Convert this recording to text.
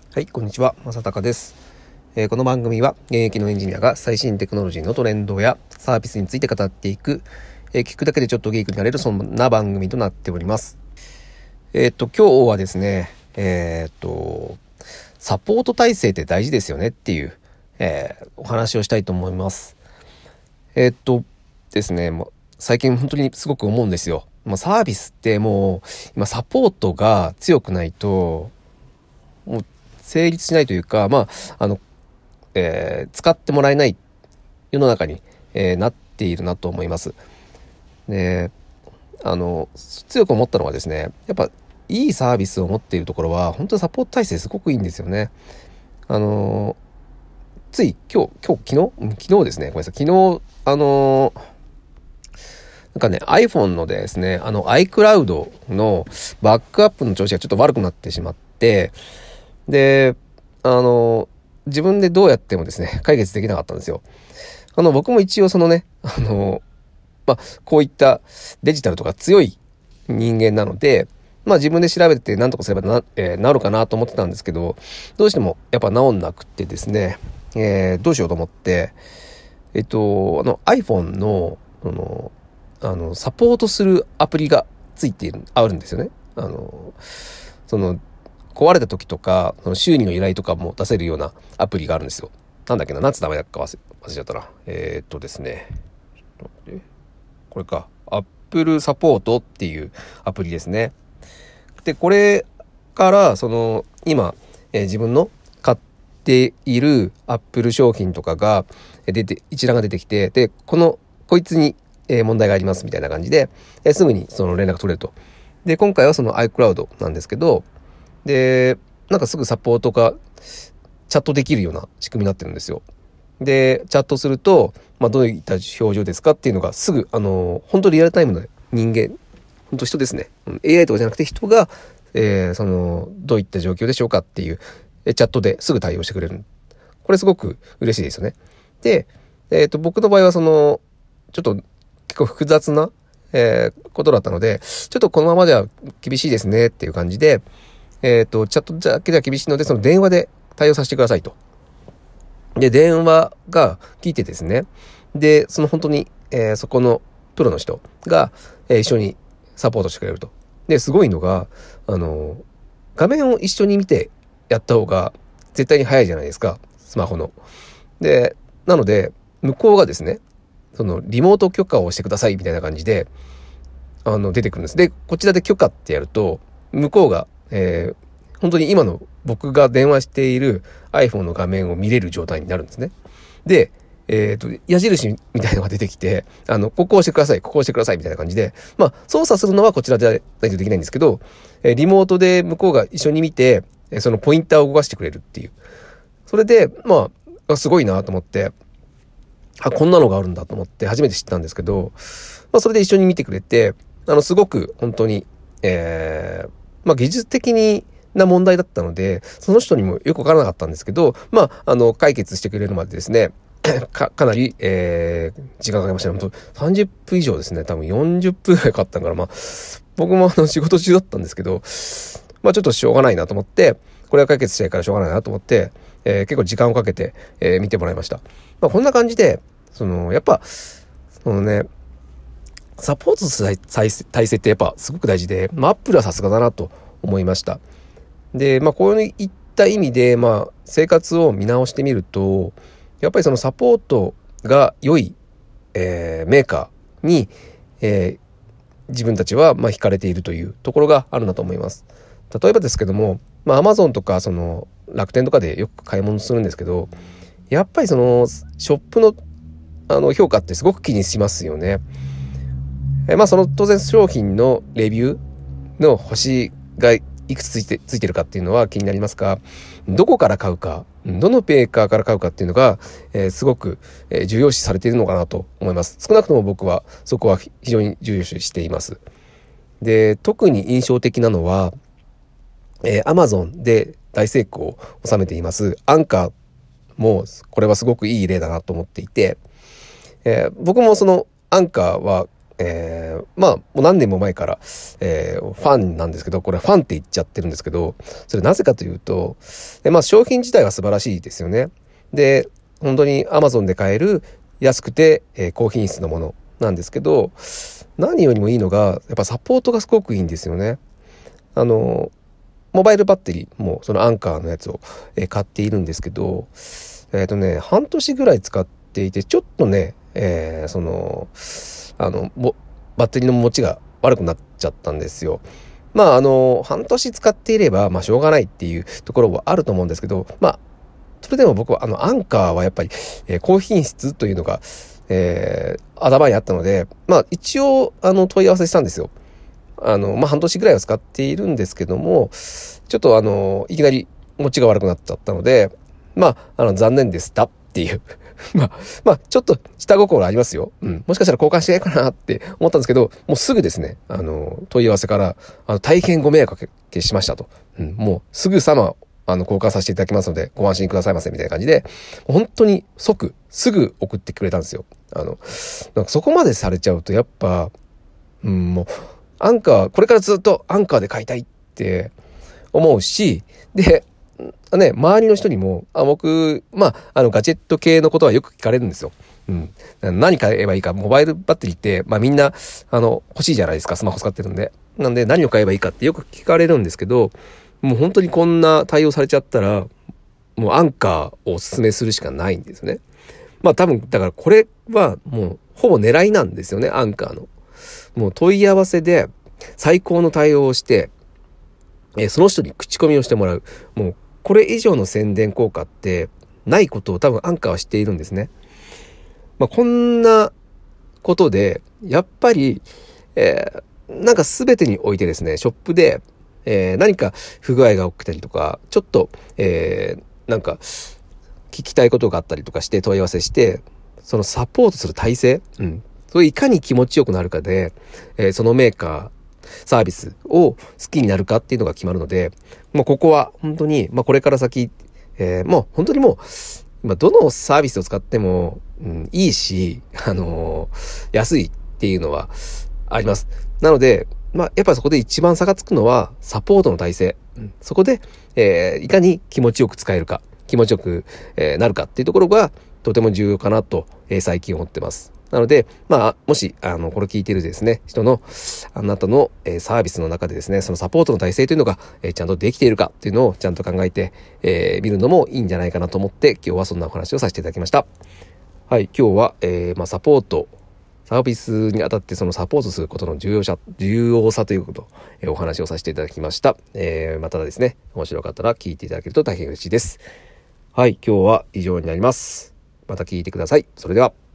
はい、こんにちは、正隆です。この番組は現役のエンジニアが最新テクノロジーのトレンドやサービスについて語っていく、聞くだけでちょっとゲークになれるそんな番組となっております。今日はですね、サポート体制って大事ですよねっていう、お話をしたいと思います。ですね、最近本当にすごく思うんですよ。サービスってもう今サポートが強くないともう成立しないというか、使ってもらえない世の中に、なっているなと思います。で、強く思ったのはですね、やっぱいいサービスを持っているところは本当にサポート体制すごくいいんですよね。つい昨日ですね、ごめんなさい、昨日iPhone のですね、iCloud のバックアップの調子がちょっと悪くなってしまって、で、自分でどうやってもですね、解決できなかったんですよ。僕も一応こういったデジタルとか強い人間なので、自分で調べて何とかすれば治るかなと思ってたんですけど、どうしてもやっぱ治んなくてですね、どうしようと思って、iPhone の、サポートするアプリがあるんですよね。壊れた時とか、修理の依頼とかも出せるようなアプリがあるんですよ。なんだっけな、何つ名前だっか忘れちゃったな。ですね。これか。Apple サポートっていうアプリですね。で、これから、今、自分の買っている Apple 商品とかが一覧が出てきて、で、こいつに問題がありますみたいな感じで、すぐにその連絡取れると。で、今回はその iCloud なんですけど、で、すぐサポートがチャットできるような仕組みになってるんですよ。で、チャットすると、どういった表情ですかっていうのがすぐ、本当リアルタイムの人間、本当人ですね。AI とかじゃなくて人が、どういった状況でしょうかっていう、チャットですぐ対応してくれる。これすごく嬉しいですよね。で、僕の場合はちょっと結構複雑な、ことだったので、ちょっとこのままでは厳しいですねっていう感じで、チャットだけでは厳しいので、その電話で対応させてくださいと。で、電話が聞いてですね。で、本当に、そこのプロの人が、一緒にサポートしてくれると。で、すごいのが、画面を一緒に見てやった方が絶対に早いじゃないですか。スマホの。で、なので、向こうがですね、リモート許可を押してくださいみたいな感じで、出てくるんです。で、こちらで許可ってやると、向こうが、本当に今の僕が電話している iPhone の画面を見れる状態になるんですね。で、矢印みたいなのが出てきて、ここを押してください、ここを押してくださいみたいな感じで、操作するのはこちらでないとできないんですけど、リモートで向こうが一緒に見て、そのポインターを動かしてくれるっていう。それで、すごいなと思って、こんなのがあるんだと思って初めて知ったんですけど、それで一緒に見てくれて、すごく本当に、技術的な問題だったので、その人にもよくわからなかったんですけど、解決してくれるまでですね、かなり、時間かかりましたね。本当30分以上ですね。多分40分くらいかかったから、僕も仕事中だったんですけど、ちょっとしょうがないなと思って、これは解決したいからしょうがないなと思って、結構時間をかけて、見てもらいました。こんな感じで、やっぱ、サポートする体制ってやっぱすごく大事で、アップルはさすがだなと思いました。で、こういった意味で、生活を見直してみると、やっぱりサポートが良い、メーカーに、自分たちは惹かれているというところがあるなと思います。例えばですけども、Amazon とか楽天とかでよく買い物するんですけど、やっぱりショップの評価ってすごく気にしますよね。当然商品のレビューの星がいくつついてるかっていうのは気になりますが、どこから買うか、どのメーカーから買うかっていうのが、すごく、重要視されているのかなと思います。少なくとも僕はそこは非常に重要視しています。で、特に印象的なのは、Amazon で大成功を収めていますアンカーもこれはすごくいい例だなと思っていて、僕もアンカーはもう何年も前から、ファンなんですけど、これファンって言っちゃってるんですけど、それなぜかというと、商品自体は素晴らしいですよね。で、本当に Amazon で買える安くて、高品質のものなんですけど、何よりもいいのが、やっぱサポートがすごくいいんですよね。モバイルバッテリーもそのアンカーのやつを、買っているんですけど、半年ぐらい使っていて、ちょっとね、バッテリーの持ちが悪くなっちゃったんですよ。半年使っていれば、しょうがないっていうところはあると思うんですけど、それでも僕はアンカーはやっぱり、高品質というのが、頭にあったので、一応、問い合わせしたんですよ。半年ぐらいは使っているんですけども、ちょっといきなり持ちが悪くなっちゃったので、残念でしたっていう。ちょっと下心ありますよ。もしかしたら交換してないかなって思ったんですけど、もうすぐですね、問い合わせから、大変ご迷惑をおかけしましたと。もうすぐさま、交換させていただきますので、ご安心くださいませみたいな感じで、本当にすぐ送ってくれたんですよ。なんかそこまでされちゃうと、やっぱ、もう、アンカー、これからずっとアンカーで買いたいって思うし、で、周りの人にも、僕、ガジェット系のことはよく聞かれるんですよ。何買えばいいか、モバイルバッテリーって、みんな、欲しいじゃないですか、スマホ使ってるんで。なんで、何を買えばいいかってよく聞かれるんですけど、もう本当にこんな対応されちゃったら、もうアンカーをお勧めするしかないんですね。多分、だからこれはもう、ほぼ狙いなんですよね、アンカーの。もう問い合わせで最高の対応をして、その人に口コミをしてもらう。もうこれ以上の宣伝効果ってないことを多分アンカーは知っているんですね。こんなことで、やっぱり、なんか全てにおいてですね、ショップで、何か不具合が起きたりとか、ちょっと、なんか聞きたいことがあったりとかして問い合わせして、そのサポートする体制、それいかに気持ちよくなるかで、そのメーカー、サービスを好きになるかっていうのが決まるので、もうここは本当に、これから先、もう本当にもう、どのサービスを使っても、いいし、安いっていうのはあります。なので、やっぱりそこで一番差がつくのはサポートの体制。そこで、いかに気持ちよく使えるか、気持ちよく、なるかっていうところがとても重要かなと、最近思ってます。なので、もし、これ聞いているですね、人の、あなたの、サービスの中でですね、そのサポートの体制というのが、ちゃんとできているかっていうのをちゃんと考えて、見るのもいいんじゃないかなと思って、今日はそんなお話をさせていただきました。はい、今日は、サポート、サービスにあたってそのサポートすることの重要さということ、お話をさせていただきました。またですね、面白かったら聞いていただけると大変嬉しいです。はい、今日は以上になります。また聞いてください。それでは。